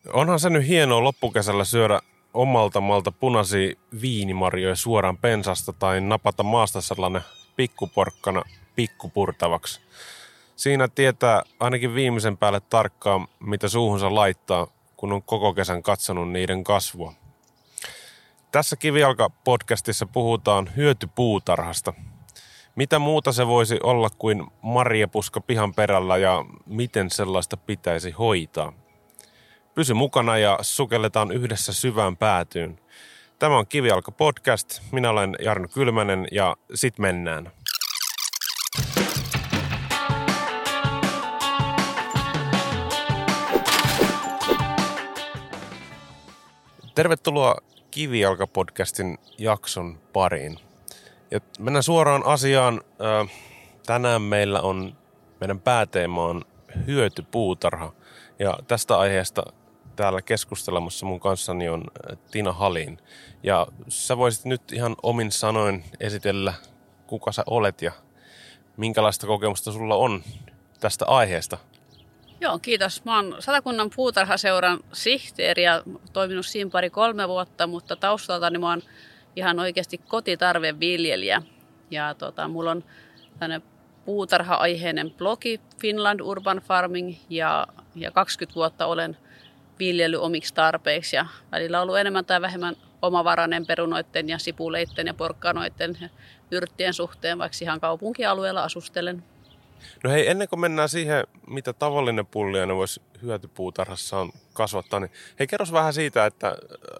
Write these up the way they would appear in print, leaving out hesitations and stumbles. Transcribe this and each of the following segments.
Onhan se nyt hienoa loppukesällä syödä omalta maalta punaisia viinimarjoja suoraan pensasta tai napata maasta sellainen pikkuporkkana pikkupurtavaksi. Siinä tietää ainakin viimeisen päälle tarkkaan, mitä suuhunsa laittaa, kun on koko kesän katsonut niiden kasvua. Tässä Kivijalka-podcastissa puhutaan hyötypuutarhasta. Mitä muuta se voisi olla kuin marjapuska pihan perällä ja miten sellaista pitäisi hoitaa? Pysy mukana ja sukelletaan yhdessä syvään päätyyn. Tämä on Kivijalka-podcast. Minä olen Jarno Kylmänen ja sit mennään. Tervetuloa Kivijalka-podcastin jakson pariin. Ja mennään suoraan asiaan. Tänään meidän pääteema on hyötypuutarha. Ja tästä aiheesta täällä keskustelemassa mun kanssani on Tina Hallin. Ja sä voisit nyt ihan omin sanoin esitellä, kuka sä olet ja minkälaista kokemusta sulla on tästä aiheesta. Joo, kiitos. Mä oon Satakunnan puutarhaseuran sihteeri ja toiminut siinä 3 vuotta, mutta taustaltani mä oon ihan oikeasti kotitarveviljelijä. Ja mulla on tämmöinen puutarha-aiheinen blogi Finland Urban Farming ja 20 vuotta olen viljellyt omiksi tarpeiksi ja välillä ollut enemmän tai vähemmän omavarainen perunoiden ja sipuleiden ja porkkanoiden ja yrttien suhteen, vaikka ihan kaupunkialueella asustelen. No hei, ennen kuin mennään siihen, mitä tavallinen pulliainen voisi hyötypuutarhassaan kasvattaa, niin hei, kerros vähän siitä, että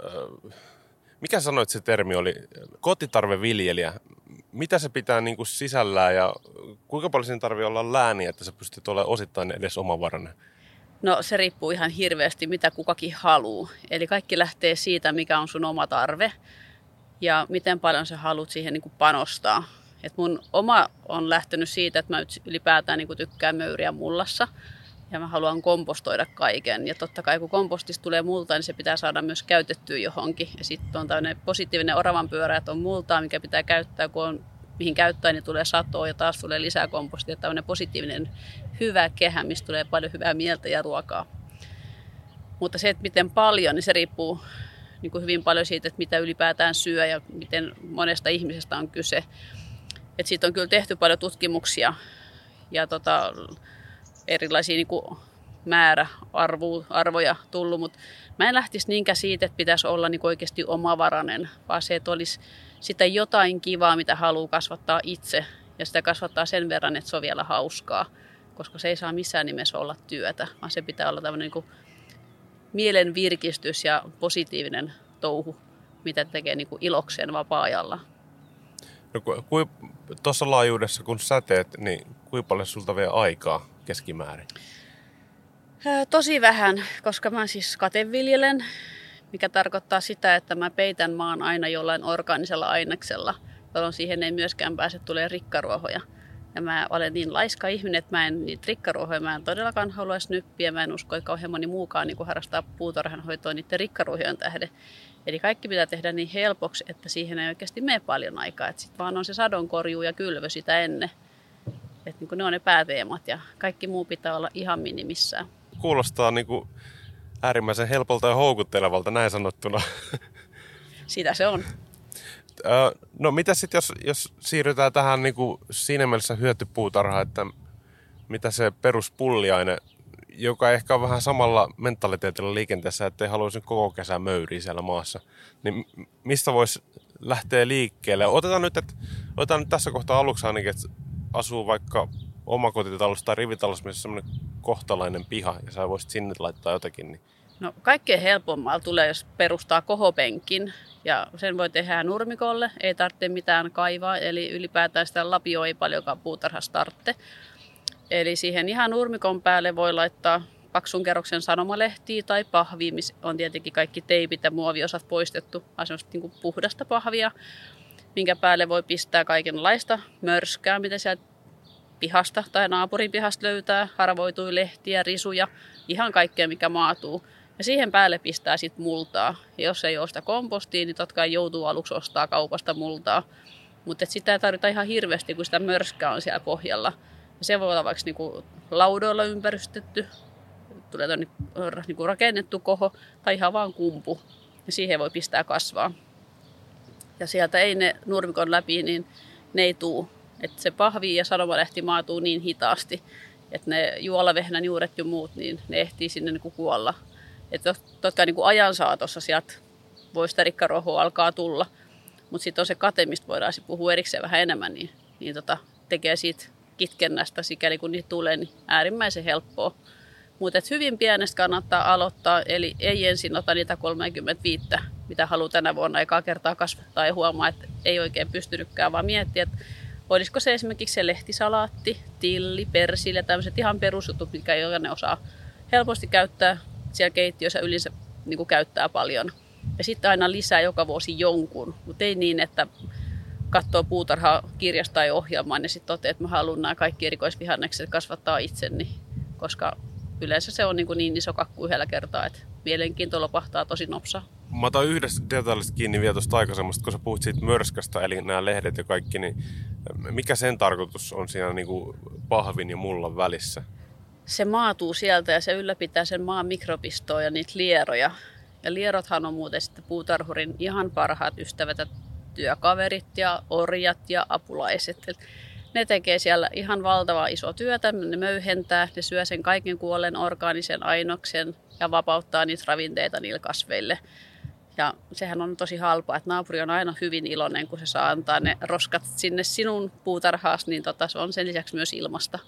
mikä sanoit se termi oli, kotitarveviljelijä. Mitä se pitää niin kuin sisällään ja kuinka paljon siinä tarvitsee olla lääniä, että sä pystyt olemaan osittain edes omavarainen? No se riippuu ihan hirveästi, mitä kukakin haluaa. Eli kaikki lähtee siitä, mikä on sun oma tarve ja miten paljon sä haluat siihen niin kuin panostaa. Et mun oma on lähtenyt siitä, että mä ylipäätään niin kuin tykkään möyriä mullassa ja mä haluan kompostoida kaiken. Ja totta kai kun kompostista tulee multaa, niin se pitää saada myös käytettyä johonkin. Ja sitten on tämmöinen positiivinen oravanpyörä, että on multaa, mikä pitää käyttää, kun on mihin käyttää, niin tulee satoa ja taas tulee lisää kompostia. Tämmöinen positiivinen hyvä kehä, mistä tulee paljon hyvää mieltä ja ruokaa. Mutta se, että miten paljon, niin se riippuu niin kuin hyvin paljon siitä, että mitä ylipäätään syö ja miten monesta ihmisestä on kyse. Että siitä on kyllä tehty paljon tutkimuksia ja erilaisia niin kuin määräarvoja tullut, mutta mä en lähtisi niinkään siitä, että pitäisi olla niin kuin oikeasti omavarainen, vaan se, että olisi sitä jotain kivaa, mitä haluaa kasvattaa itse ja sitä kasvattaa sen verran, että se on vielä hauskaa, koska se ei saa missään nimessä olla työtä, vaan se pitää olla tämmöinen niin kuin mielen virkistys ja positiivinen touhu, mitä tekee niin kuin ilokseen vapaa-ajalla. No, tuossa laajuudessa, kun sä teet, niin kuinka paljon sulta vie aikaa keskimäärin? Tosi vähän, koska mä siis kateviljelen, mikä tarkoittaa sitä, että mä peitän maan aina jollain orgaanisella aineksella, jolloin siihen ei myöskään pääse tulee rikkaruohoja. Ja mä olen niin laiska ihminen, että mä en niitä rikkaruohoja mä en todellakaan haluaisi nyppiä. Mä en usko, että kauhean moni muukaan niin harrastaa puutarhanhoitoa niiden rikkaruohojen tähden. Eli kaikki pitää tehdä niin helpoksi, että siihen ei oikeasti mene paljon aikaa. Että sitten vaan on se sadonkorjuu ja kylvö sitä ennen. Että niin ne on ne pääteemat ja kaikki muu pitää olla ihan minimissään. Kuulostaa niin kuin äärimmäisen helpolta ja houkuttelevalta, näin sanottuna. Sitä se on. No mitä sitten, jos siirrytään tähän niin kuin siinä mielessä hyötypuutarhaan, että mitä se peruspulliaine, joka ehkä on vähän samalla mentaliteetilla liikenteessä, ettei haluaisi koko kesän möyriä siellä maassa, niin mistä voisi lähteä liikkeelle? Otetaan nyt tässä kohtaa aluksi ainakin, että asuu vaikka omakotitalossa tai rivitalossa, missä on semmoinen kohtalainen piha, ja sä voisit sinne laittaa jotakin. Niin. No kaikkein helpommalla tulee, jos perustaa kohopenkin, ja sen voi tehdä nurmikolle, ei tarvitse mitään kaivaa, eli ylipäätään sitä lapioa ei paljonkaan puutarhassa tarvitse. Eli siihen ihan nurmikon päälle voi laittaa paksun kerroksen sanomalehtiä tai pahvia, missä on tietenkin kaikki teipit ja muoviosat poistettu, vaan semmoista niin kuin puhdasta pahvia, minkä päälle voi pistää kaikenlaista mörskää, mitä sieltä pihasta tai naapurin pihasta löytää, haravoitui lehtiä, risuja, ihan kaikkea mikä maatuu. Ja siihen päälle pistää sitten multaa. Ja jos ei ole sitä kompostia, niin totta kai joutuu aluksi ostaa kaupasta multaa. Mutta sitä ei tarvita ihan hirveästi, kun sitä mörskää on siellä pohjalla. Ja se voi olla vaikka niinku laudoilla ympärystetty tulee niin kuin rakennettu koho tai ihan vaan kumpu. Ja siihen voi pistää kasvaa. Ja sieltä ei ne nurmikon läpi, niin ne ei tuu. Että se pahvi ja sanomalehti maatuu niin hitaasti, että ne juolavehnän juuret ja muut, niin ne ehtii sinne niin kuin kuolla. Että totta niin kuin ajan saatossa sieltä voi sitä rikkaruohoa alkaa tulla. Mutta sitten on se kate, mistä voidaan puhua erikseen vähän enemmän, niin tekee siitä kitkennästä, sikäli kun niitä tulee, niin äärimmäisen helppoa. Mutta hyvin pienestä kannattaa aloittaa, eli ei ensin ota niitä 35, mitä haluaa tänä vuonna ekaa kertaa kasvattaa ja huomaa, että ei oikein pystynytkään, vaan miettiä, että olisiko se esimerkiksi se lehtisalaatti, tilli, persilja, tämmöiset ihan perusjutut, mitkä jokainen osaa helposti käyttää siellä keittiössä yleensä niin kuin käyttää paljon. Ja sitten aina lisää joka vuosi jonkun, mutta ei niin, että katsoo puutarhakirjasta tai ohjelmaan ja sitten toteaa, että mä haluan nämä kaikki erikoisvihannekset kasvattaa itseni, koska yleensä se on niin iso kakku yhdellä kertaa, että mielenkiinto lopahtaa tosi nopsaa. Mä otan yhdessä detaljista kiinni vielä tuosta aikaisemmasta, kun sä puhut siitä mörskästä, eli nämä lehdet ja kaikki, niin mikä sen tarkoitus on siinä niin kuin pahvin ja mullan välissä? Se maatuu sieltä ja se ylläpitää sen maan mikrobistoa ja niitä lieroja. Ja lierothan on muuten sitten puutarhurin ihan parhaat ystävät ja työkaverit ja orjat ja apulaiset. Ne tekee siellä ihan valtavaa isoa työtä, ne möyhentää, ne syö sen kaiken kuolleen orgaanisen ainoksen ja vapauttaa niitä ravinteita niille kasveille. Ja sehän on tosi halpaa, että naapuri on aina hyvin iloinen, kun se saa antaa ne roskat sinne sinun puutarhaas, niin se on sen lisäksi myös ilmasta.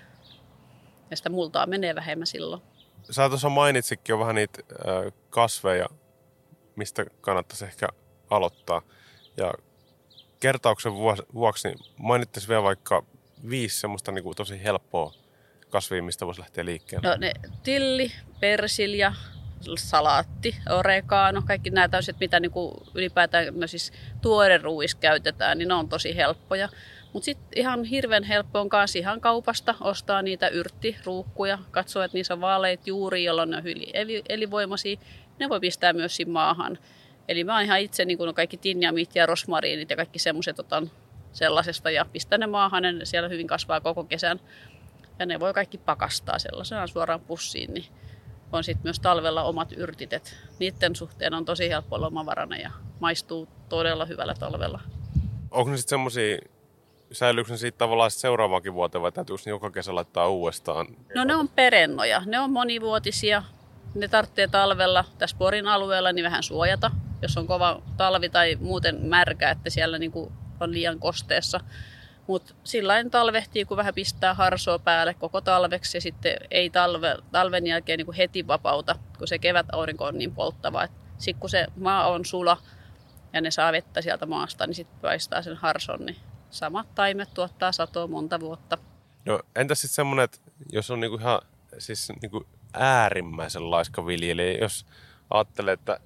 Ja sitä multaa menee vähemmän silloin. Sä tuossa mainitsikin jo vähän niitä kasveja, mistä kannattaisi ehkä aloittaa. Ja kertauksen vuoksi niin mainittaisiin vielä vaikka 5 semmoista niin kuin tosi helppoa kasvia, mistä voisi lähteä liikkeelle. No ne tilli, persilja, salaatti, oregano, kaikki nämä täyset, mitä niin kuin ylipäätään siis tuoreruuissa käytetään, niin ne on tosi helppoja. Mutta sitten ihan hirveän helppo on myös ihan kaupasta ostaa niitä yrttiruukkuja, katsoa, että niissä on vaaleita juuri, jolloin ne on hyvin elinvoimaisia. Ne voi pistää myös siinä maahan. Eli mä oon ihan itse niin kuin kaikki tinjamit ja rosmariinit ja kaikki semmoiset otan sellaisesta ja pistän ne maahan. Ne siellä hyvin kasvaa koko kesän. Ja ne voi kaikki pakastaa sellaisena suoraan pussiin. Niin on sitten myös talvella omat yrtit. Et niiden suhteen on tosi helppo olla omavarainen ja maistuu todella hyvällä talvella. Onko ne sitten semmoisia, säilyykö ne siitä tavallaan seuraavaankin vuoteen vai täytyykö ne joka kesä laittaa uudestaan? No ne on perennoja. Ne on monivuotisia. Ne tarvitsee talvella tässä Porin alueella niin vähän suojata, jos on kova talvi tai muuten märkä, että siellä niinku on liian kosteessa. Mutta sillain talvehtii, kun vähän pistää harsoa päälle koko talveksi ja sitten ei talven jälkeen niinku heti vapauta, kun se kevätaurinko on niin polttava. Sitten kun se maa on sula ja ne saa vettä sieltä maasta, niin sitten paistaa sen harson, niin samat taimet tuottaa satoa monta vuotta. No entäs sitten semmoinen, että jos on niinku ihan siis niinku äärimmäisen laiska viljelijä, jos ajattelee, että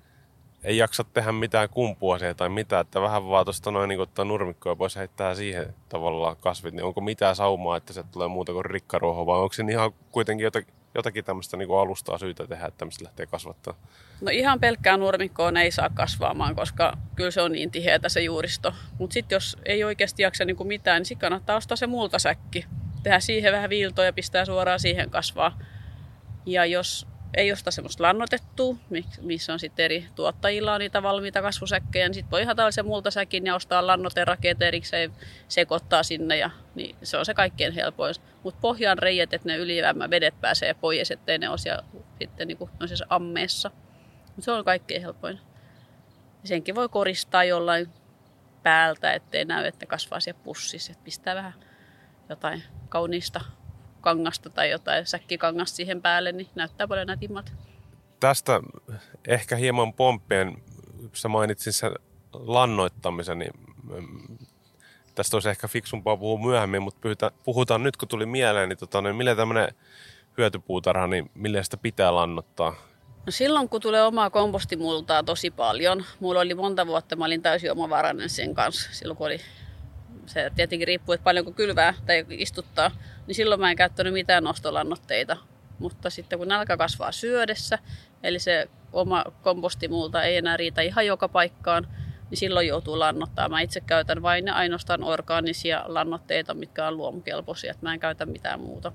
ei jaksa tehdä mitään kumpuasia tai mitään, että vähän vaan tuosta noin niin ottaa nurmikkoa pois heittää siihen tavallaan kasvit, niin onko mitään saumaa, että se tulee muuta kuin rikkaruoho, vai onko se ihan kuitenkin jotakin tämmöistä niin alustaa syytä tehdä, että tämmöistä lähtee kasvattaa? No ihan pelkkää nurmikkoon ei saa kasvaamaan, koska kyllä se on niin tiheätä se juuristo. Mutta sitten jos ei oikeasti jaksa niin mitään, niin sitten kannattaa ostaa se multasäkki. Tehdä siihen vähän viiltoa ja pistää suoraan siihen kasvaa. Ja jos ei osta semmoista lannoitettua, missä on sitten eri tuottajilla on niitä valmiita kasvusäkkejä, niin sitten voi ihan tällaisen multasäkin ja ostaa lannoiterakeet erikseen, sekoittaa sinne ja niin se on se kaikkein helpoin. Mutta pohjaan reijät, että ne ylijäämä vedet pääsee pois, ettei ne ole siellä sitten niin kuin ammeessa. Mutta se on kaikkein helpoin. Ja senkin voi koristaa jollain päältä, ettei näy, että kasvaa siellä pussissa. Et pistää vähän jotain kauniista kangasta tai jotain säkkikangasta siihen päälle, niin näyttää paljon nätimmat. Tästä ehkä hieman pomppien, sä mainitsin sen lannoittamisen, niin tästä olisi ehkä fiksumpaa puhua myöhemmin, mutta puhutaan nyt, kun tuli mieleen, niin millä tämmöinen hyötypuutarha, niin millä sitä pitää lannoittaa? No silloin, kun tulee omaa kompostimultaa tosi paljon, mulla oli monta vuotta, mä olin täysin omavarainen sen kanssa, silloin kun oli se tietenkin riippuu, että paljonko kylvää tai istuttaa, niin silloin mä en käyttänyt mitään nostolannoitteita. Mutta sitten kun nälkä kasvaa syödessä, eli se oma kompostimulta ei enää riitä ihan joka paikkaan, niin silloin joutuu lannoittaa. Mä itse käytän vain ja ainoastaan orgaanisia lannoitteita, mitkä on luomukelpoisia, että mä en käytä mitään muuta.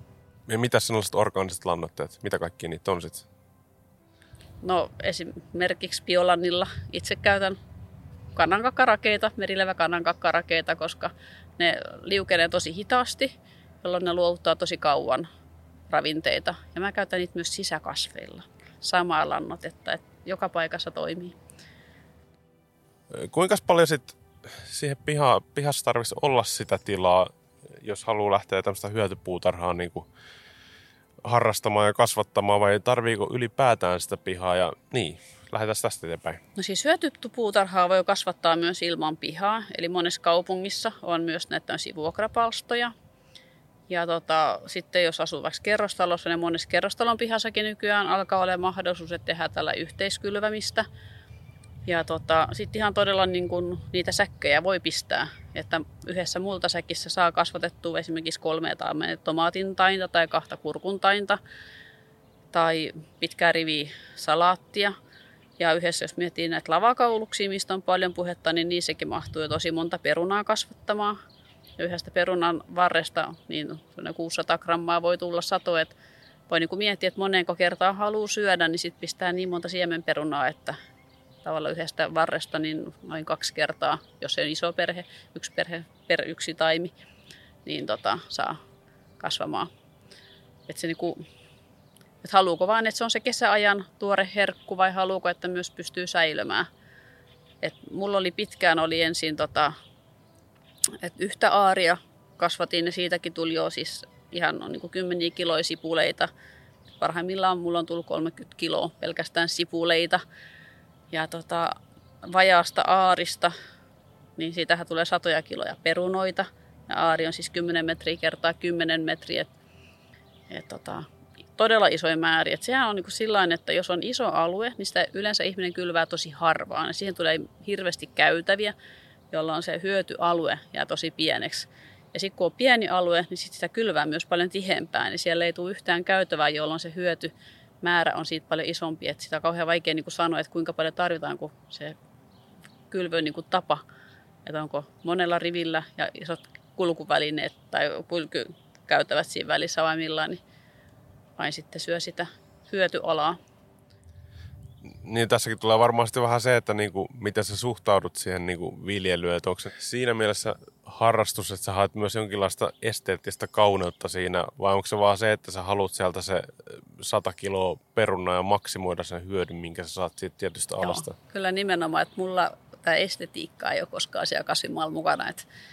Ja mitä sellaiset orgaaniset lannoitteet? Mitä kaikki niitä on sitten? No esimerkiksi biolannilla itse käytän kanankakkarakeita, merilevä kanankakkarakeita, koska ne liukenee tosi hitaasti, jolloin ne luovuttaa tosi kauan ravinteita. Ja mä käytän niitä myös sisäkasveilla. Samaa lannoitetta, että joka paikassa toimii. Kuinka paljon sitten siihen pihassa tarvitsisi olla sitä tilaa, jos haluaa lähteä tämmöistä hyötypuutarhaa niin kuin harrastamaan ja kasvattamaan, vai tarviiko ylipäätään sitä pihaa? Ja niin, lähdetään tästä eteenpäin. No siis hyötypuutarhaa voi kasvattaa myös ilman pihaa, eli monessa kaupungissa on myös näitä vuokrapalstoja. Ja sitten jos asuu vaikka kerrostalossa, niin monessa kerrostalon pihassakin nykyään alkaa olla mahdollisuus, että tehdään tällä yhteiskylvämistä. Ja sitten ihan todella niin kun niitä säkkejä voi pistää, että yhdessä multasäkissä saa kasvatettua esimerkiksi 3 tomaatin tainta tai 2 kurkun tainta tai pitkää riviä salaattia. Ja yhdessä jos miettii näitä lavakauluksia, mistä on paljon puhetta, niin niissäkin mahtuu jo tosi monta perunaa kasvattamaan. Ja yhdestä perunan varresta niin 600 grammaa voi tulla sato, että voi niin kun miettiä, että moneenko kertaa haluaa syödä, niin sitten pistää niin monta siemenperunaa, että tavallaan yhdestä varresta niin noin 2 kertaa, jos se on iso perhe, yksi perhe per yksi taimi, niin saa kasvamaan. Että se niinku, että haluuko vaan, että se on se kesäajan tuore herkku vai haluuko, että myös pystyy säilymään. Et mulla oli pitkään ensin että yhtä aaria kasvatin ja siitäkin tuli jo siis ihan niin 10 kiloa sipuleita. Parhaimmillaan mulla on tullut 30 kiloa pelkästään sipuleita. Ja vajaasta aarista, niin siitähän tulee satoja kiloja perunoita. Ja aari on siis 10 metriä kertaa 10 metriä. Todella isoja määriä. Et sehän on niin sillain, että jos on iso alue, niin sitä yleensä ihminen kylvää tosi harvaan. Ja siihen tulee hirveästi käytäviä, jolloin se hyötyalue jää tosi pieneksi. Ja sitten kun on pieni alue, niin sit sitä kylvää myös paljon tihempään. Niin siellä ei tule yhtään käytävää, jolloin se hyötymäärä on siitä paljon isompi. Että sitä on kauhean vaikea niin kuin sanoa, että kuinka paljon tarvitaan, kun se kylvö niin kuin tapa. Että onko monella rivillä ja isot kulkuvälineet tai käytävät siinä välissä vai millään, niin vain sitten syö sitä hyötyalaa. Niin tässäkin tulee varmaan sitten vähän se, että niinku, miten sä suhtaudut siihen niinku viljelyyn. Että onko se siinä mielessä harrastus, että sä haet myös jonkinlaista esteettistä kauneutta siinä, vai onko se vaan se, että sä haluat sieltä se 100 kiloa perunaa ja maksimoida sen hyödyn, minkä sä saat siitä tietystä alasta? Joo, kyllä nimenomaan, että mulla tämä estetiikka ei ole koskaan siellä kasvimaalla mukana.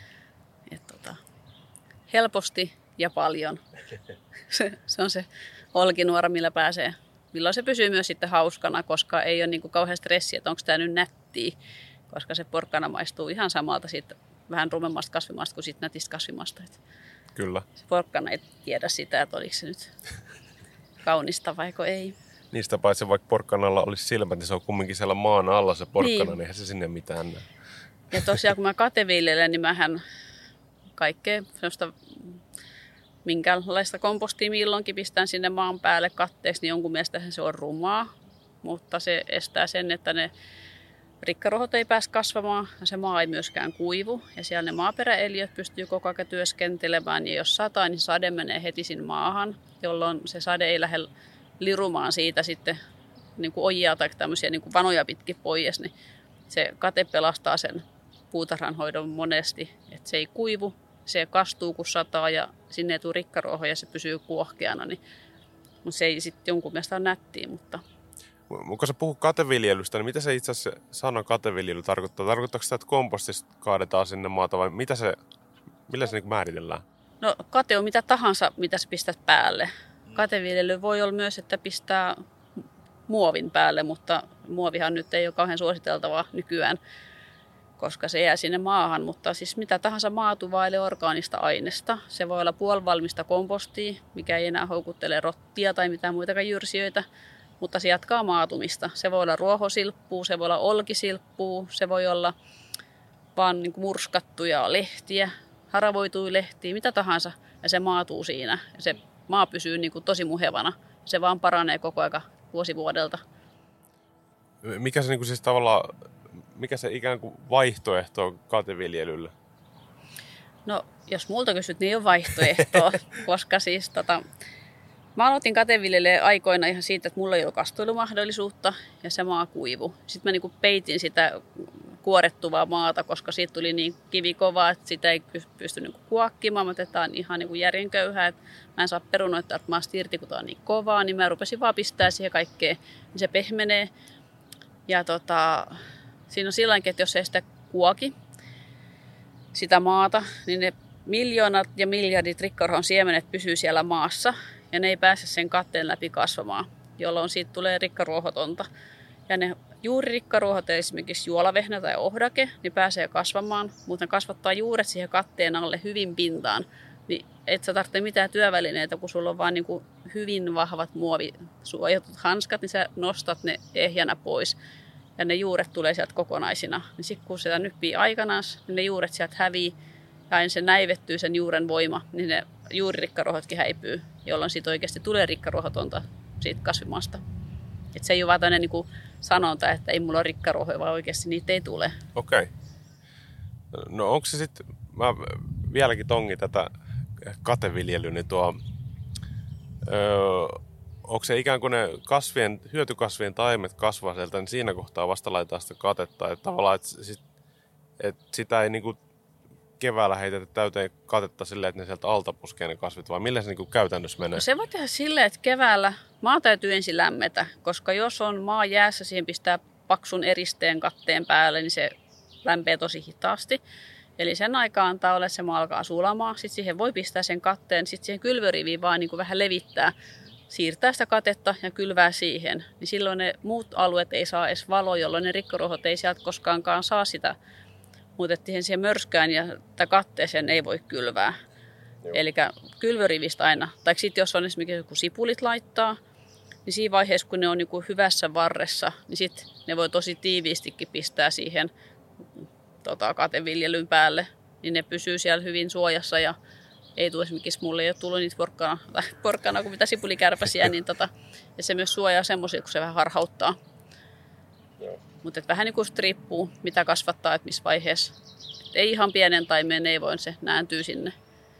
Helposti ja paljon. Se on se olkinuora, millä pääsee. Milloin se pysyy myös sitten hauskana, koska ei ole niin kuin kauhean stressiä, että onko tämä nyt nättiä. Koska se porkkana maistuu ihan samalta siitä vähän rumemmasta kasvimasta kuin siitä nätistä kasvimasta. Kyllä. Se porkkana ei tiedä sitä, että oliko se nyt kaunista vaiko ei. Niistä paitsi vaikka porkkanalla olisi silmät, niin se on kumminkin siellä maan alla se porkkana, niin eihän se sinne mitään näe. Ja tosiaan kun mä kateviljelen, niin mähän kaikkea sellaista minkälaista kompostia milloinkin pistän sinne maan päälle katteeksi, niin jonkun mielestä se on rumaa, mutta se estää sen, että ne rikkaruohot ei pääse kasvamaan ja se maa ei myöskään kuivu. Ja siellä ne maaperäeliöt pystyy koko ajan työskentelemään ja jos sataa, niin sade menee heti sinne maahan, jolloin se sade ei lähde lirumaan siitä sitten niin kuin ojia tai tämmöisiä niin kuin vanoja pitkin pois, niin se kate pelastaa sen puutarhanhoidon monesti, että se ei kuivu. Se kastuu kun sataa ja sinne ei tule rikkaruohoja ja se pysyy kuohkeana, niin, mutta se ei sitten jonkun mielestä ole nättiä. Mutta kun sä puhut kateviljelystä, niin mitä se itse asiassa sana kateviljely tarkoittaa? Tarkoittaako sitä, että kompostista kaadetaan sinne maata vai millä se niin määritellään? No kate on mitä tahansa, mitä sä pistät päälle. Kateviljely voi olla myös, että pistää muovin päälle, mutta muovihan nyt ei ole kauhean suositeltavaa nykyään, koska se jää sinne maahan, mutta siis mitä tahansa maatuvaa eli orgaanista aineesta. Se voi olla puolivalmista kompostia, mikä ei enää houkuttele rottia tai mitään muitakaan jyrsijöitä, mutta se jatkaa maatumista. Se voi olla ruohosilppua, se voi olla olkisilppua, se voi olla vaan niin kuin murskattuja lehtiä, haravoituja lehtiä, mitä tahansa, ja se maatuu siinä. Ja se maa pysyy niin kuin tosi muhevana. Se vaan paranee koko ajan vuosi vuodelta. Mikä se, niin kuin siis tavallaan, mikä se ikään kuin vaihtoehto on kateviljelylle? No, jos multa kysyt, niin ei ole vaihtoehtoa, koska siis Mä aloitin kateviljelijä aikoina ihan siitä, että mulla ei ollut kastoilumahdollisuutta ja se maa kuivu. Sitten mä niin kuin peitin sitä kuorettuvaa maata, koska siitä tuli niin kivikovaa, että sitä ei pysty niin kuin kuokkimaan. Mä otetaan ihan niin kuin järjenköyhää, että mä en saa perunoittaa maasta irti, kun tää on niin kovaa. Niin mä rupesin vaan pistää siihen kaikkea, niin se pehmenee. Ja siinä on silläkin, että jos ei sitä kuoki, sitä maata, niin ne miljoonat ja miljardit rikkaruohon siemenet pysyy siellä maassa ja ne ei pääse sen katteen läpi kasvamaan, jolloin siitä tulee rikkaruohotonta. Ja ne juuririkkaruohot, esimerkiksi juolavehnä tai ohdake, niin pääsee kasvamaan, mutta ne kasvattaa juuret siihen katteen alle hyvin pintaan. Niin et sä tarvitse mitään työvälineitä, kun sulla on vaan niin kuin hyvin vahvat muovisuojatut hanskat, niin sä nostat ne ehjänä pois. Ja ne juuret tulee sieltä kokonaisina. Niin sitten kun sitä nyppii aikanaan, niin ne juuret sieltä hävii. Ja aina se näivettyy sen juuren voima, niin ne juuririkkaruohotkin häipyy, jolloin siitä oikeasti tulee rikkaruohotonta siitä kasvimaasta. Et se ei ole vaan tämmöinen niin sanonta, että ei mulla ole rikkaruohoja, vaan oikeasti niitä ei tule. Okei. No onko se sitten, mä vieläkin tongin tätä kateviljelyä, niin onko se ikään kuin ne hyötykasvien taimet kasvaa sieltä, niin siinä kohtaa vasta laitetaan sitä katetta. Että tavallaan, että sitä ei niinku keväällä heitetä täyteen katetta silleen, että ne sieltä alta puskee ne kasvit, vai millä se niinku käytännössä menee? No se voi tehdä silleen, että keväällä maa täytyy ensin lämmetä, koska jos on maa jäässä, siihen pistää paksun eristeen katteen päälle, niin se lämpee tosi hitaasti. Eli sen aikaa antaa olla, että se maa alkaa sulamaan. Sitten siihen voi pistää sen katteen, sitten siihen kylvöriviin vaan niin kuin vähän levittää, siirtää sitä katetta ja kylvää siihen. Niin silloin ne muut alueet ei saa edes valoa, jolloin ne rikkaruohot ei sieltä koskaankaan saa sitä. Mutta siihen mörskään ja katteeseen ei voi kylvää. Eli kylvörivistä aina. Tai sitten jos on esimerkiksi joku sipulit laittaa, niin siinä vaiheessa kun ne on niin kuin hyvässä varressa, niin sitten ne voi tosi tiiviistikin pistää siihen kateviljelyn päälle. Niin ne pysyy siellä hyvin suojassa ja ei tule esimerkiksi, mulle ei ole tullut niitä porkkana kuin mitä sipulikärpäsiä, niin ja se myös suojaa semmoisia, kun se vähän harhauttaa. Mutta vähän niin kuin riippuu, mitä kasvattaa, että missä vaiheessa. Et ei ihan pienen taimeen ei voi, se nääntyy sinne.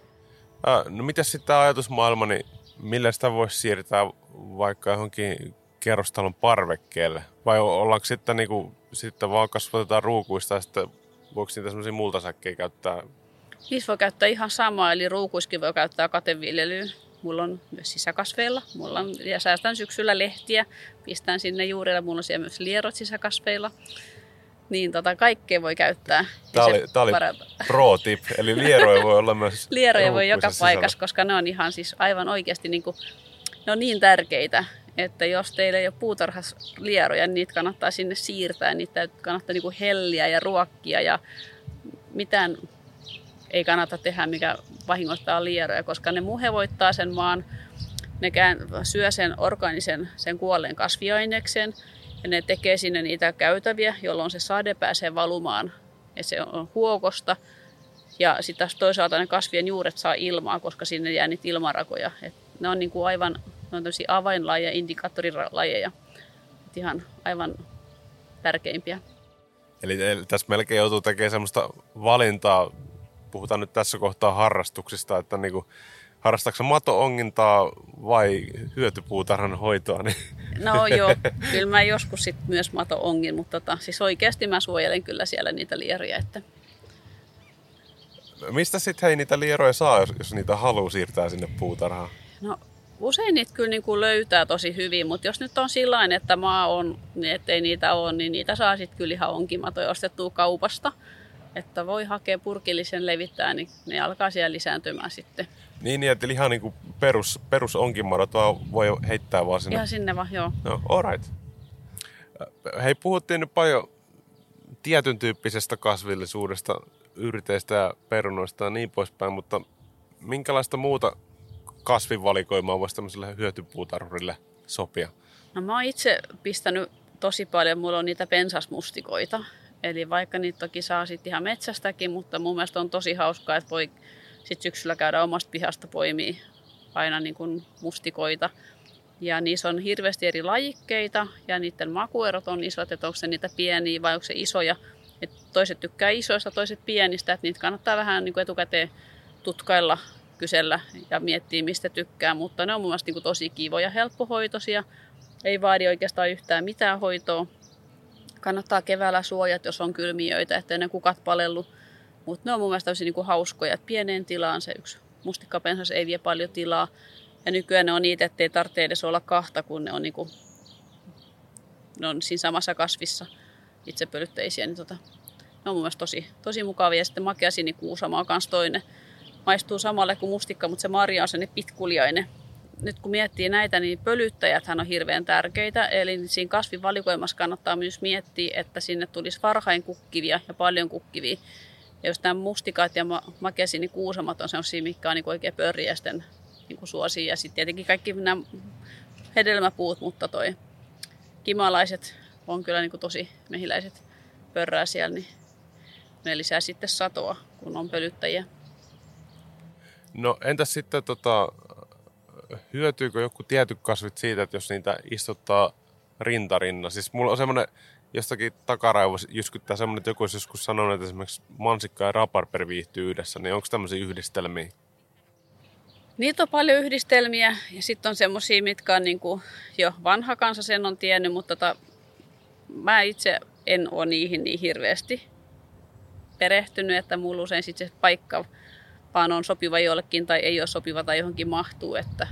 No mitäs sitten tämä ajatusmaailma, niin millä sitä voisi siirtää vaikka johonkin kerrostalon parvekkeelle? Vai ollaanko sitten, sitten vaan kasvatetaan ruukuista ja sitten voiko niitä sellaisia multasäkkejä käyttää? Niissä voi käyttää ihan samaa, eli ruukuiskin voi käyttää kateviljelyyn. Mulla on myös sisäkasveilla. Ja säästän syksyllä lehtiä, pistän sinne juurille. Mulla on siellä myös lierot sisäkasveilla. Niin kaikkea voi käyttää. Tämä oli pro tip, eli lieroja voi olla myös lieroja voi joka paikassa, koska ne on ihan siis aivan oikeasti ne on niin tärkeitä, että jos teillä ei ole puutarhassa lieroja, niin niitä kannattaa sinne siirtää. Niitä kannattaa helliä ja ruokkia ja mitään ei kannata tehdä, mikä vahingoittaa lieroja, koska ne muhevoittaa sen maan, ne syö sen orgaanisen, sen kuolleen kasviaineksen ja ne tekee sinne niitä käytäviä, jolloin se sade pääsee valumaan ja se on huokosta. Ja sitten toisaalta ne kasvien juuret saa ilmaa, koska sinne jää niitä ilmarakoja. Et ne on aivan avainlajeja, indikaattorilajeja, ihan aivan tärkeimpiä. Eli tässä melkein joutuu tekemään semmoista valintaa. Puhutaan nyt tässä kohtaa harrastuksista, että harrastaako mato-ongintaa vai hyötypuutarhan hoitoa? Niin. No joo, kyllä mä joskus sit myös mato-ongin, mutta siis oikeasti mä suojelen kyllä siellä niitä lieroja. Että. Mistä sitten niitä lieroja saa, jos niitä haluaa siirtää sinne puutarhaan? No usein niitä kyllä löytää tosi hyvin, mutta jos nyt on sillain, että maa on, niin ettei niitä ole, niin niitä saa sitten kyllä ihan onkimatoja ostettua kaupasta. Että voi hakea purkillisen levittää, niin ne alkaa siellä lisääntymään sitten. Niin että ihan perus onkimadot vaan voi heittää vaan sinne. Ihan sinne vaan, joo. No, all right. Hei, puhuttiin nyt paljon tietyn tyyppisestä kasvillisuudesta, yrteistä ja perunoista ja niin poispäin, mutta minkälaista muuta kasvinvalikoimaa voisi tämmöiselle hyötypuutarhurille sopia? No mä oon itse pistänyt tosi paljon, mulla on niitä pensasmustikoita. Eli vaikka niitä toki saa sitten ihan metsästäkin, mutta mun mielestä on tosi hauskaa, että voi sitten syksyllä käydä omasta pihasta poimia aina mustikoita. Ja niissä on hirveästi eri lajikkeita ja niiden makuerot on isot, että onko se niitä pieniä vai onko se isoja. Et toiset tykkää isoista, toiset pienistä, että niitä kannattaa vähän etukäteen tutkailla kysellä ja miettiä, mistä tykkää, mutta ne on mun mielestä niin kuin tosi kivoja, helppohoitoisia. Ei vaadi oikeastaan yhtään mitään hoitoa. Kannattaa keväällä suojat, jos on kylmiöitä, ettei ne kukat palellu. Mutta ne on mun mielestä tosi niin kuin hauskoja, että pieneen tilaan se yksi mustikkapensas ei vie paljon tilaa. Ja nykyään ne on niitä, ettei tarvitse edes olla kahta, kun ne on siinä samassa kasvissa itsepölytteisiä. Niin ne on mun mielestä tosi mukavia. Ja sitten makea sinikuusama on kans toinen. Maistuu samalle kuin mustikka, mutta se marja on sellainen pitkuliainen. Nyt kun miettii näitä, niin pölyttäjäthän on hirveän tärkeitä. Eli siinä kasvivalikoimassa kannattaa myös miettiä, että sinne tulisi varhain kukkivia ja paljon kukkivia. Ja jos nämä mustikat ja makeasinikuusamat on sellaisia, mitkä on niin oikein pörjäisten niin suosia. Ja sitten tietenkin kaikki nämä hedelmäpuut, mutta toi kimalaiset on kyllä niin tosi mehiläiset pörrää siellä, niin ne lisää sitten satoa, kun on pölyttäjiä. No entäs sitten hyötyykö joku tietyt kasvit siitä, että jos niitä istuttaa rintarinnan? Siis mulla on semmoinen, jostakin takaraivo jyskyttää semmoinen, että joku olisi joskus sanonut, että esimerkiksi mansikka ja raparperi viihtyy yhdessä, niin onko tämmöisiä yhdistelmiä? Niitä on paljon yhdistelmiä ja sitten on semmoisia, mitkä on niinku jo vanha kansa sen on tiennyt, mutta mä itse en ole niihin niin hirveästi perehtynyt, että mulla usein sitten se paikka vaan on sopiva jollekin tai ei ole sopiva tai johonkin mahtuu, että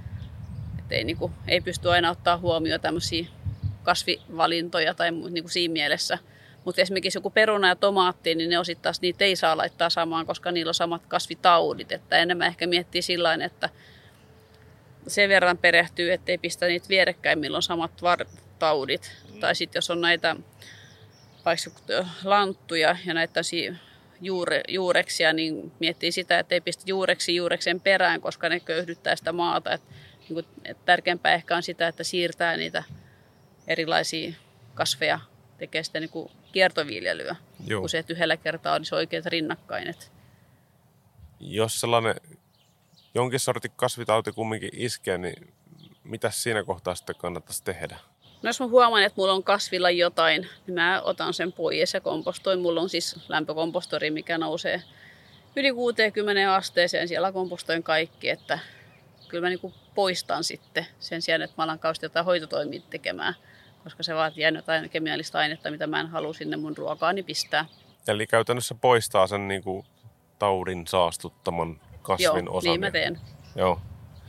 ei pysty aina ottaa huomioon tämmöisiä kasvivalintoja tai niinku siinä mielessä. Mutta esimerkiksi joku peruna ja tomaatti, niin ne osittain niitä ei saa laittaa samaan, koska niillä on samat kasvitaudit. Että enemmän ehkä miettii sillain, että sen verran perehtyy, ettei pistä niitä vierekkäin, milloin on samat taudit. Tai sitten jos on näitä vaikka lanttuja ja näitä juureksia, niin miettii sitä, että ei pistä juureksen perään, koska ne köyhdyttää sitä maata. Et tärkeämpää ehkä on sitä, että siirtää niitä erilaisia kasveja, tekee sitä niin kiertoviljelyä, kun se, että yhdellä kertaa olisi oikeat rinnakkain. Jos sellainen jonkin sortin kasvitauti kumminkin iskee, niin mitä siinä kohtaa sitten kannattaisi tehdä? No jos mä huomaan, että mulla on kasvilla jotain, niin mä otan sen pois ja kompostoin. Mulla on siis lämpökompostori, mikä nousee yli 60 asteeseen. Siellä kompostoin kaikki, että kyllä mä niin poistan sitten sen sijaan, että mä alan kauheasti jotain hoitotoimia tekemään. Koska se vaatii jotain kemiallista ainetta, mitä mä en halua sinne mun ruokaani pistää. Eli käytännössä poistaa sen niin kuin taudin saastuttaman kasvin osan. Joo, niin mä teen. Joo.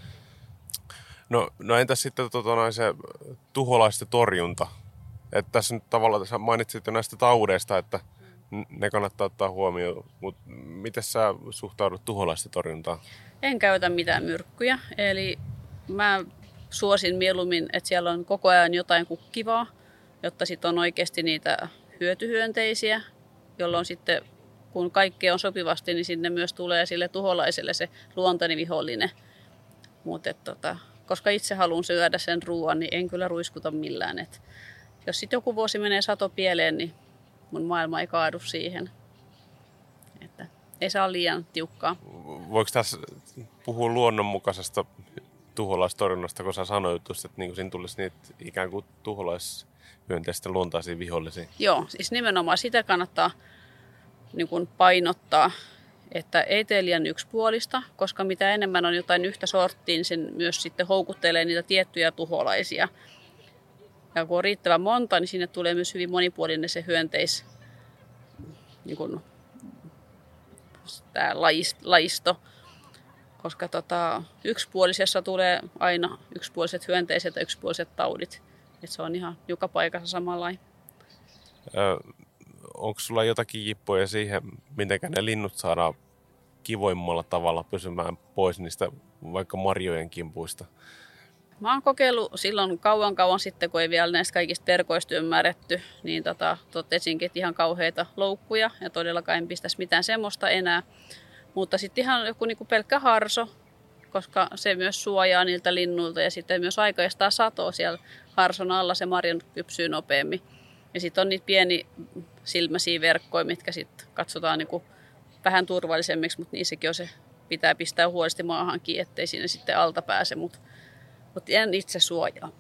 No entäs sitten se tuholaisten torjunta? Että tässä nyt tavallaan sä mainitsit jo näistä taudeista, että ne kannattaa ottaa huomioon. Mutta miten sä suhtaudut tuholaisten torjuntaan? En käytä mitään myrkkyjä. Eli mä suosin mieluummin, että siellä on koko ajan jotain kukkivaa, jotta sitten on oikeasti niitä hyötyhyönteisiä, jolloin sitten kun kaikki on sopivasti, niin sinne myös tulee sille tuholaiselle se luontainen vihollinen. Mutta koska itse haluan syödä sen ruoan, niin en kyllä ruiskuta millään. Et jos sitten joku vuosi menee sato pieleen, niin mun maailma ei kaadu siihen. Että ei saa liian tiukkaa. Voiko tässä puhua luonnonmukaisesta tuholaistorjunnasta, kun sä sanoit, että niin siinä tulisi niitä ikään kuin tuholaishyönteisten luontaisia vihollisia? Joo, siis nimenomaan sitä kannattaa niin kuin painottaa, että ei tee liian yksipuolista, koska mitä enemmän on jotain yhtä sorttia, niin sen myös sitten houkuttelee niitä tiettyjä tuholaisia. Ja kun on riittävän monta, niin sinne tulee myös hyvin monipuolinen se hyönteis, niin kuin, tämä lajisto. Koska yksipuolisessa tulee aina yksipuoliset hyönteiset ja yksipuoliset taudit. Et se on ihan joka paikassa samanlainen. Onko sulla jotakin jippoja siihen, miten ne linnut saadaan kivoimmalla tavalla pysymään pois niistä vaikka marjojen kimpuista? Mä oon kokeillut silloin kauan sitten, kun ei vielä näistä kaikista verkoista ymmärretty, niin totesinkin, että ihan kauheita loukkuja ja todellakaan en pistäisi mitään semmoista enää. Mutta sitten ihan joku niinku pelkkä harso, koska se myös suojaa niiltä linnuilta ja sitten myös aikaistaa satoa siellä harson alla, se marjan kypsyy nopeammin. Ja sitten on niitä pieni silmäisiä verkkoja, mitkä sitten katsotaan niinku vähän turvallisemmiksi, mutta niissäkin on se, pitää pistää huolesti maahankin, ettei sinne sitten alta pääse, mutta en itse suojaa.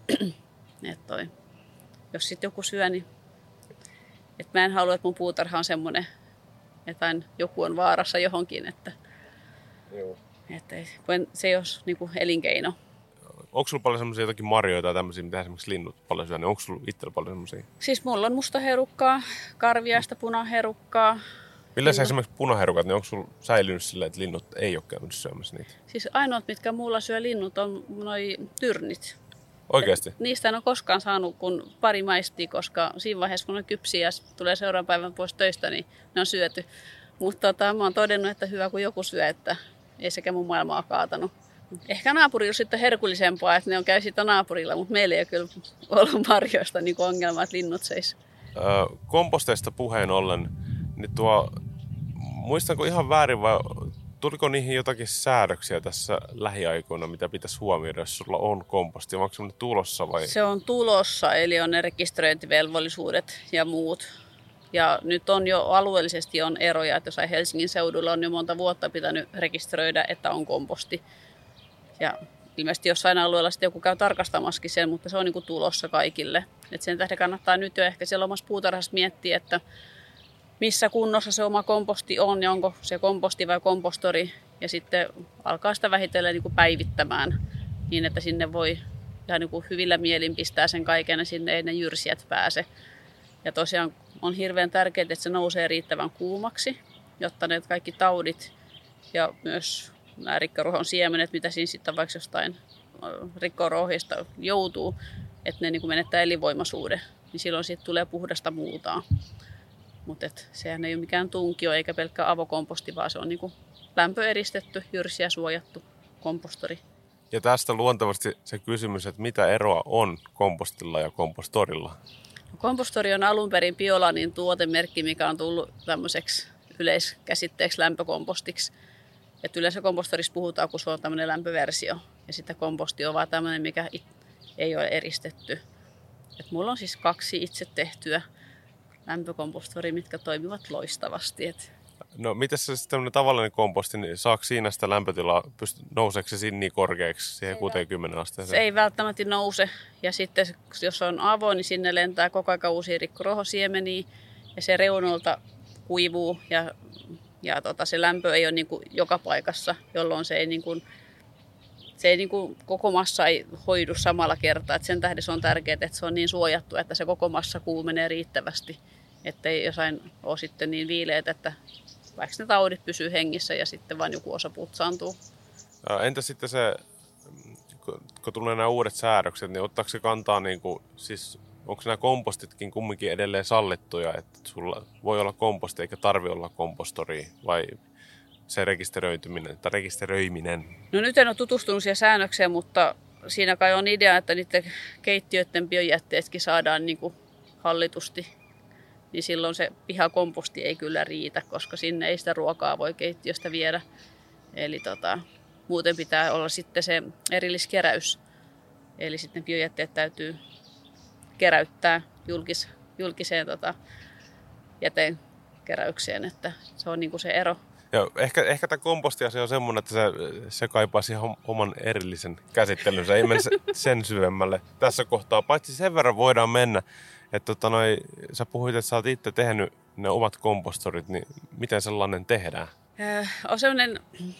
Jos sitten joku syö, niin mä en halua, että mun puutarha on semmoinen, että joku on vaarassa johonkin, että Että se ei ole niin kuin elinkeino. Onko sulla paljon semmoisia jotakin marjoja tai tämmöisiä, mitä esimerkiksi linnut paljon syö, niin onko sulla itsellä paljon semmoisia? Siis mulla on mustaherukkaa, karviaista punaherukkaa. Millä sä esimerkiksi punaherukat, niin onko sulla säilynyt silleen, että linnut ei ole käynyt syömässä niitä? Siis ainoat, mitkä mulla syö linnut, on noi tyrnit. Oikeasti? Et niistä en ole koskaan saanut kuin pari maistia, koska siinä vaiheessa, kun ne kypsii ja tulee seuraavan päivän pois töistä, niin ne on syöty. Mutta mä oon todennut, että hyvä kun joku syö, että ei sekä mun maailmaa kaatanut. Ehkä naapurilla on sitten herkullisempaa, että ne on käy sitä naapurilla, mutta meillä ei ole kyllä ollut marjoista niin ongelmaa, että linnut seis. Komposteista puheen ollen, niin muistanko ihan väärin vai tuliko niihin jotakin säädöksiä tässä lähiaikoina, mitä pitäisi huomioida, jos sulla on komposti? Onko se tulossa vai? Se on tulossa, eli on ne rekisteröintivelvollisuudet ja muut. Ja nyt on jo alueellisesti on eroja, että jossain Helsingin seudulla on jo monta vuotta pitänyt rekisteröidä, että on komposti. Ja ilmeisesti jossain alueella sitten joku käy tarkastamassakin sen, mutta se on niin kuin tulossa kaikille. Et sen tähden kannattaa nyt jo ehkä siellä omassa puutarhassa miettiä, että missä kunnossa se oma komposti on ja onko se komposti vai kompostori. Ja sitten alkaa sitä vähitellen niin kuin päivittämään niin, että sinne voi ihan niin kuin hyvillä mielin pistää sen kaiken ja sinne ei ne jyrsijät pääse. Ja tosiaan on hirveän tärkeää, että se nousee riittävän kuumaksi, jotta ne kaikki taudit ja myös nämä rikkaruohon siemenet, mitä siinä sitten vaikka jostain rikkaruohista joutuu, että ne niin kuin menettää elinvoimaisuuden, niin silloin siitä tulee puhdasta multaa. Mutta sehän ei ole mikään tunkio eikä pelkkä avokomposti, vaan se on niin kuin lämpöeristetty, jyrsiä suojattu kompostori. Ja tästä luontevasti se kysymys, että mitä eroa on kompostilla ja kompostorilla? Kompostori on alun perin Biolanin tuotemerkki, mikä on tullut tämmöiseksi yleiskäsitteeksi lämpökompostiksi. Et yleensä kompostorissa puhutaan, kun se on tämmöinen lämpöversio. Ja sitten komposti on vaan tämmöinen, mikä ei ole eristetty. Et mulla on siis 2 itse tehtyä lämpökompostoria, mitkä toimivat loistavasti. No miten se sitten tämmöinen tavallinen komposti, niin saako siinä sitä lämpötilaa, nouseeko se siinä niin korkeaksi siihen 60 asteeseen? Se ei välttämättä nouse. Ja sitten jos on avoin, niin sinne lentää koko ajan uusia rikkoruohosiemeniä. Ja se reunolta kuivuu ja se lämpö ei ole niin kuin joka paikassa, jolloin se ei koko massa ei hoidu samalla kertaa. Et sen tähden se on tärkeää, että se on niin suojattu, että se koko massa kuumenee riittävästi. Että ei jossain ole sitten niin viileät, että vaikka ne taudit pysyy hengissä ja sitten vain joku osa putsaantuu. Entä sitten se, kun tulee nämä uudet säädökset, niin ottaako se kantaa, siis onko nämä kompostitkin kumminkin edelleen sallittuja, että sulla voi olla komposti eikä tarvitse olla kompostori vai se rekisteröiminen? No nyt en ole tutustunut siihen säännökseen, mutta siinä kai on idea, että niiden keittiöiden biojätteetkin saadaan niin kuin hallitusti. Niin silloin se pihakomposti ei kyllä riitä, koska sinne ei sitä ruokaa voi keittiöstä viedä. Eli muuten pitää olla sitten se erilliskeräys. Eli sitten biojätteet täytyy keräyttää julkiseen jäteenkeräykseen, että se on niinku se ero. Joo, ehkä tämä kompostiasia on semmoinen, että se kaipaisi ihan oman erillisen käsittelynsä. Ei mennä sen syvemmälle tässä kohtaa. Paitsi sen verran voidaan mennä, että sä puhuit, että sä oot itse tehnyt ne omat kompostorit, niin miten sellainen tehdään? On sellainen,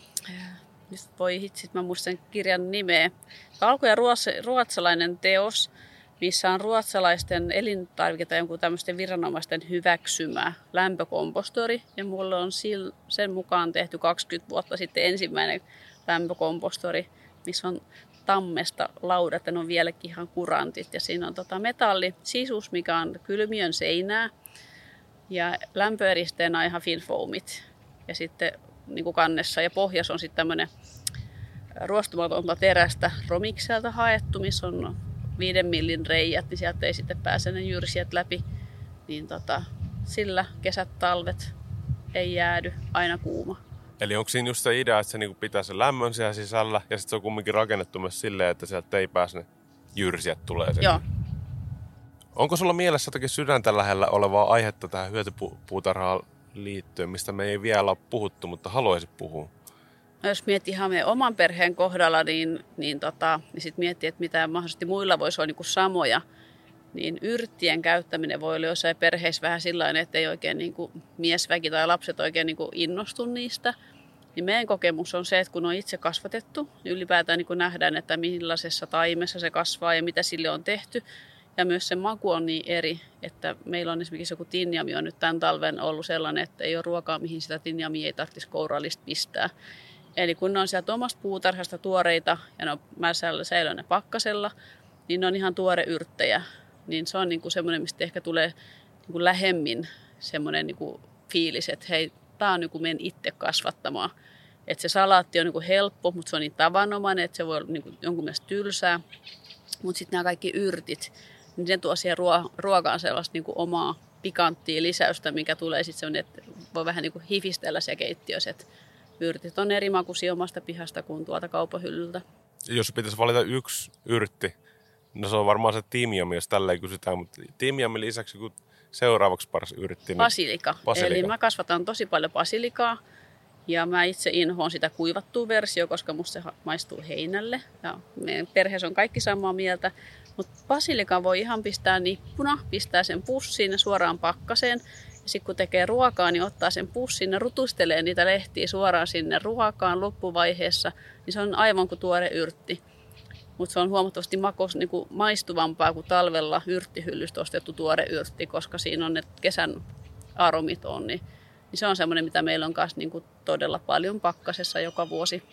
voi hitsit, mä muistan kirjan nimeä. Alku- ja ruotsalainen teos, missä on ruotsalaisten elintarvike- tai jonkun tämmöisten viranomaisten hyväksymä lämpökompostori. Ja mulla on sen mukaan tehty 20 vuotta sitten ensimmäinen lämpökompostori, missä on tammesta laudat ja ne on vieläkin ihan kurantit. Ja siinä on metallisisus, mikä on kylmiön seinää ja lämpöeristeenä on ihan finfoamit. Ja sitten niin kuin kannessa ja pohjassa on sitten tämmöinen ruostumatonta terästä romikselta haettu, missä on 5 millin reijät, niin sieltä ei sitten pääse ne jyrsijät läpi. Niin sillä kesät, talvet ei jäädy, aina kuuma. Eli onko siinä just se idea, että se niinku pitää sen lämmön siellä sisällä ja sitten se on kumminkin rakennettu myös silleen, että sieltä ei pääse ne jyrsijät tulee sen. Joo. Onko sulla mielessä jotakin sydäntä lähellä olevaa aihetta tähän hyötypuutarhaan liittyen, mistä me ei vielä ole puhuttu, mutta haluaisit puhua? No jos miettii ihan meidän oman perheen kohdalla, niin sitten miettii, että mitä mahdollisesti muilla voisi olla niin kuin samoja, niin yrttien käyttäminen voi olla jossain perheissä vähän sillain, että ei oikein niin kuin miesväki tai lapset oikein niin kuin innostu niistä. Niin meidän kokemus on se, että kun on itse kasvatettu, niin ylipäätään niin kun nähdään, että millaisessa taimessa se kasvaa ja mitä sille on tehty. Ja myös se maku on niin eri, että meillä on esimerkiksi joku tinjami on nyt tämän talven ollut sellainen, että ei ole ruokaa, mihin sitä tinjamia ei tarvitsisi kourallista pistää. Eli kun ne on sieltä omasta puutarhasta tuoreita ja ne on säilöä ne pakkasella, niin ne on ihan tuore yrttejä. Niin se on niin kuin semmoinen, mistä ehkä tulee niin kuin lähemmin semmoinen niin kuin fiilis, että hei, tämä on niin kuin meidän itse kasvattamaa. Että se salaatti on niin kuin helppo, mutta se on niin tavanomainen, että se voi olla niin kuin jonkun mielestä tylsää. Mutta sitten nämä kaikki yrtit, niin ne tuo siihen ruokaan sellaista niin kuin omaa pikanttia lisäystä, mikä tulee sitten semmoinen, että voi vähän niin kuin hifistellä se keittiössä, että yrtit on eri makuisia omasta pihasta kuin tuolta kaupan hyllyltä. Jos pitäisi valita yksi yrtti, no se on varmaan se timjami, jos tälleen kysytään, mutta timjamin lisäksi kun seuraavaksi paras yrtti. Niin basilika. Eli mä kasvatan tosi paljon basilikaa ja mä itse inhoon sitä kuivattua versio, koska musta se maistuu heinälle. Ja meidän perheessä on kaikki samaa mieltä, mutta basilikan voi ihan pistää nippuna, pistää sen pussiin ja suoraan pakkaseen. Ja sitten kun tekee ruokaa, niin ottaa sen pussin ja rutustelee niitä lehtiä suoraan sinne ruokaan loppuvaiheessa. Niin se on aivan kuin tuore yrtti. Mutta se on huomattavasti niinku maistuvampaa kuin talvella yrttihyllystä ostettu tuore yrtti, koska siinä on ne kesän aromit on. Niin se on semmoinen, mitä meillä on kanssa niinku todella paljon pakkasessa joka vuosi.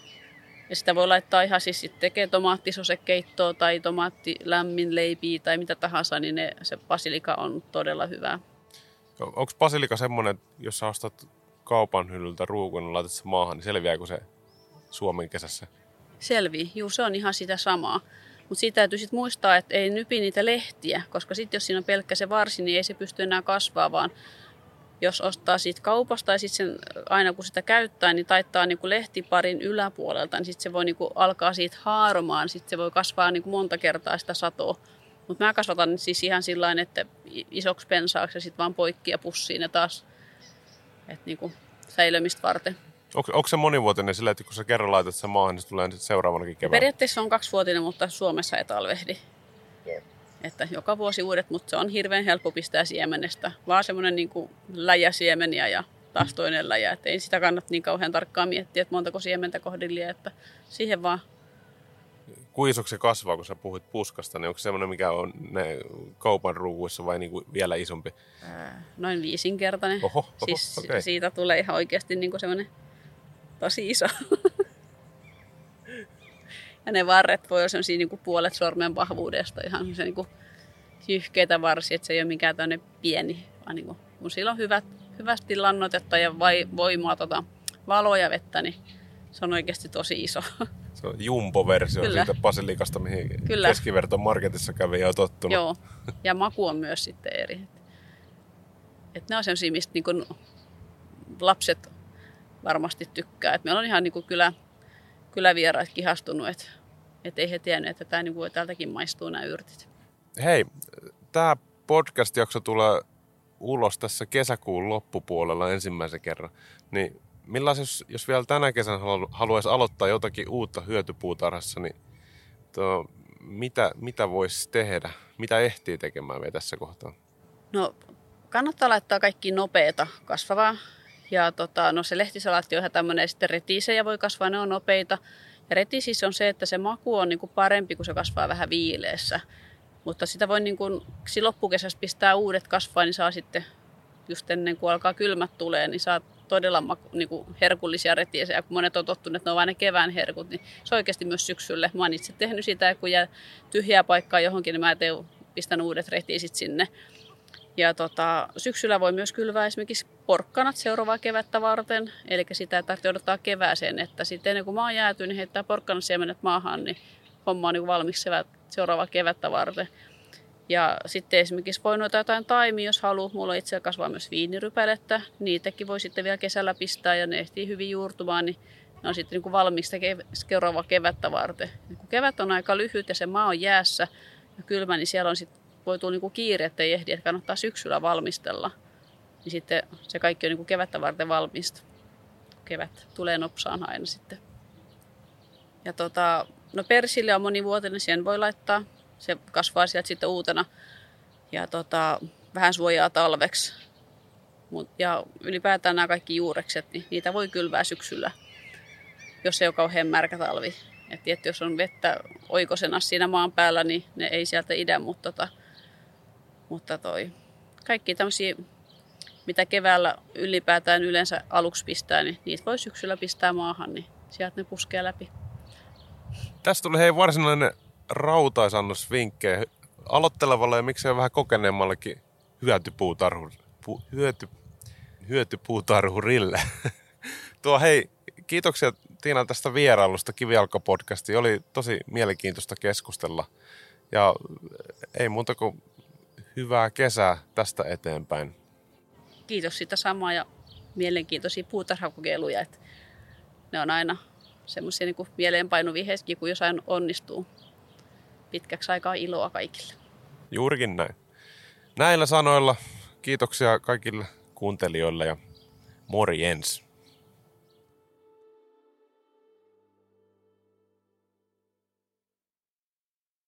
Ja sitä voi laittaa ihan siis sitten tekee tomaattisosekeittoa tai tomaattilämmin leipiä tai mitä tahansa, niin se basilika on todella hyvää. Onko basilika semmoinen, jos sä ostat kaupan hyllyltä ruukun ja laitat se maahan, niin selviääkö se Suomen kesässä? Selvii, juu, se on ihan sitä samaa. Mutta siitä täytyy sitten muistaa, että ei nypi niitä lehtiä, koska sitten jos siinä on pelkkä se varsi, niin ei se pysty enää kasvaa, vaan jos ostaa siitä kaupasta ja sitten aina kun sitä käyttää, niin taittaa niinku lehtiparin yläpuolelta, niin sitten se voi niinku alkaa siitä haaromaan, sitten se voi kasvaa niinku monta kertaa sitä satoa. Mutta mä kasvatan siis ihan sillain, että isoksi pensaaksi ja sitten vaan poikki ja pussiin ja taas niinku säilömistä varten. Onko se monivuotinen sillä, että kun sä kerran laitat sen maahan, niin se tulee seuraavanakin kevään? Periaatteessa on 2-vuotinen, mutta Suomessa ei talvehdi. Yeah. Että joka vuosi uudet, mutta se on hirveän helppo pistää siemenestä. Vaan semmoinen niin kuin läjäsiemeniä ja taas toinen läjä. Että ei sitä kannata niin kauhean tarkkaan miettiä, että montako siementä kohdillia, että siihen vaan. Kuinka isoksi se kasvaa, kun sä puhuit puskasta, niin onko se semmoinen, mikä on ne kaupan ruukuissa vai niin kuin vielä isompi? Noin 5-kertainen. Siis okay. Siitä tulee ihan oikeasti niin kuin semmoinen tosi iso. Ja ne varret voi olla sellaisia niin kuin puolet sormen vahvuudesta, ihan se niin kuin jyhkeitä varsia, että se ei ole mikään tämmöinen pieni, vaan niin kuin, kun sillä on hyvästi lannoitetta ja voimaa valoa ja vettä, niin se on oikeasti tosi iso. Se on jumbo-versio siitä basilikasta, mihin keskiverto marketissa kävi ja on tottunut. Joo, ja maku on myös sitten eri. Et ne on sellaisia, mistä niin kuin lapset varmasti tykkää. Et meillä on ihan niin kuin kylävieraat kihastunut, että ei he tienneet, että tämä niin kuin täältäkin maistuu nämä yrtit. Hei, tämä podcast-jakso tulee ulos tässä kesäkuun loppupuolella ensimmäisen kerran. Niin jos vielä tänä kesänä haluaisi aloittaa jotakin uutta hyötypuutarhassa, niin mitä voisi tehdä? Mitä ehtii tekemään vielä tässä kohtaa? No, kannattaa laittaa kaikki nopeata kasvavaa. Ja se lehtisalaatti on ihan tämmöinen, sitten retiisejä voi kasvaa, ne on nopeita. Ja retisissä on se, että se maku on niinku parempi, kun se kasvaa vähän viileessä. Mutta sitä voi niinku, loppukesästä pistää uudet kasvaa, niin saa sitten just ennen kuin alkaa kylmät tulee, niin saa todella niinku herkullisia retiisejä. Kun monet on tottunut, että ne on vain ne kevään herkut, niin se on oikeasti myös syksylle. Mä oon itse tehnyt sitä, kun jää tyhjää paikkaa johonkin, niin mä pistän uudet retiisit sinne. Ja syksyllä voi myös kylvää esimerkiksi porkkanat seuraavaa kevättä varten. Eli sitä ei tarvitse odottaa kevääseen, että sitten ennen kuin maa jäätyy, niin heittää porkkanasiemenet maahan, niin homma on niin valmis seuraavaa kevättä varten. Ja sitten esimerkiksi voi noita jotain taimia, jos haluaa. Mulla itse kasvaa myös viinirypälettä. Niitäkin voi sitten vielä kesällä pistää ja ne ehtii hyvin juurtumaan, niin ne on sitten niin valmista seuraavaa kevättä varten. Ja kun kevät on aika lyhyt ja se maa on jäässä ja kylmä, niin siellä on sitten voi tulla niin kiire, että ei ehdi, että kannattaa syksyllä valmistella. Niin sitten se kaikki on niin kevättä varten valmista. Kevät tulee nopsaan aina sitten. Ja persille on monivuotinen, sen voi laittaa. Se kasvaa sieltä sitten uutena. Ja vähän suojaa talveksi. Ja ylipäätään nämä kaikki juurekset, niin niitä voi kylvää syksyllä. jos ei ole kauhean märkä talvi. Et tietysti jos on vettä oikosena siinä maan päällä, niin ne ei sieltä idä, mutta kaikki tämmöisiä, mitä keväällä ylipäätään yleensä aluksi pistää, niin niitä voi syksyllä pistää maahan, niin sieltä ne puskee läpi. Tästä tuli hei varsinainen rautaisannos vinkkejä aloittelevalle ja miksei vähän kokeneemmallekin hyötypuutarhurille. Hei, kiitoksia Tiina tästä vierailusta Kivijalka-podcastiin. Oli tosi mielenkiintoista keskustella ja ei muuta kuin hyvää kesää tästä eteenpäin. Kiitos sitä samaa ja mielenkiintoisia puutarhakokeiluja. Että ne on aina semmoisia niin mieleenpainuvia hetkiä, kun jossain onnistuu. Pitkäksi aikaa iloa kaikille. Juurikin näin. Näillä sanoilla kiitoksia kaikille kuuntelijoille ja morjens.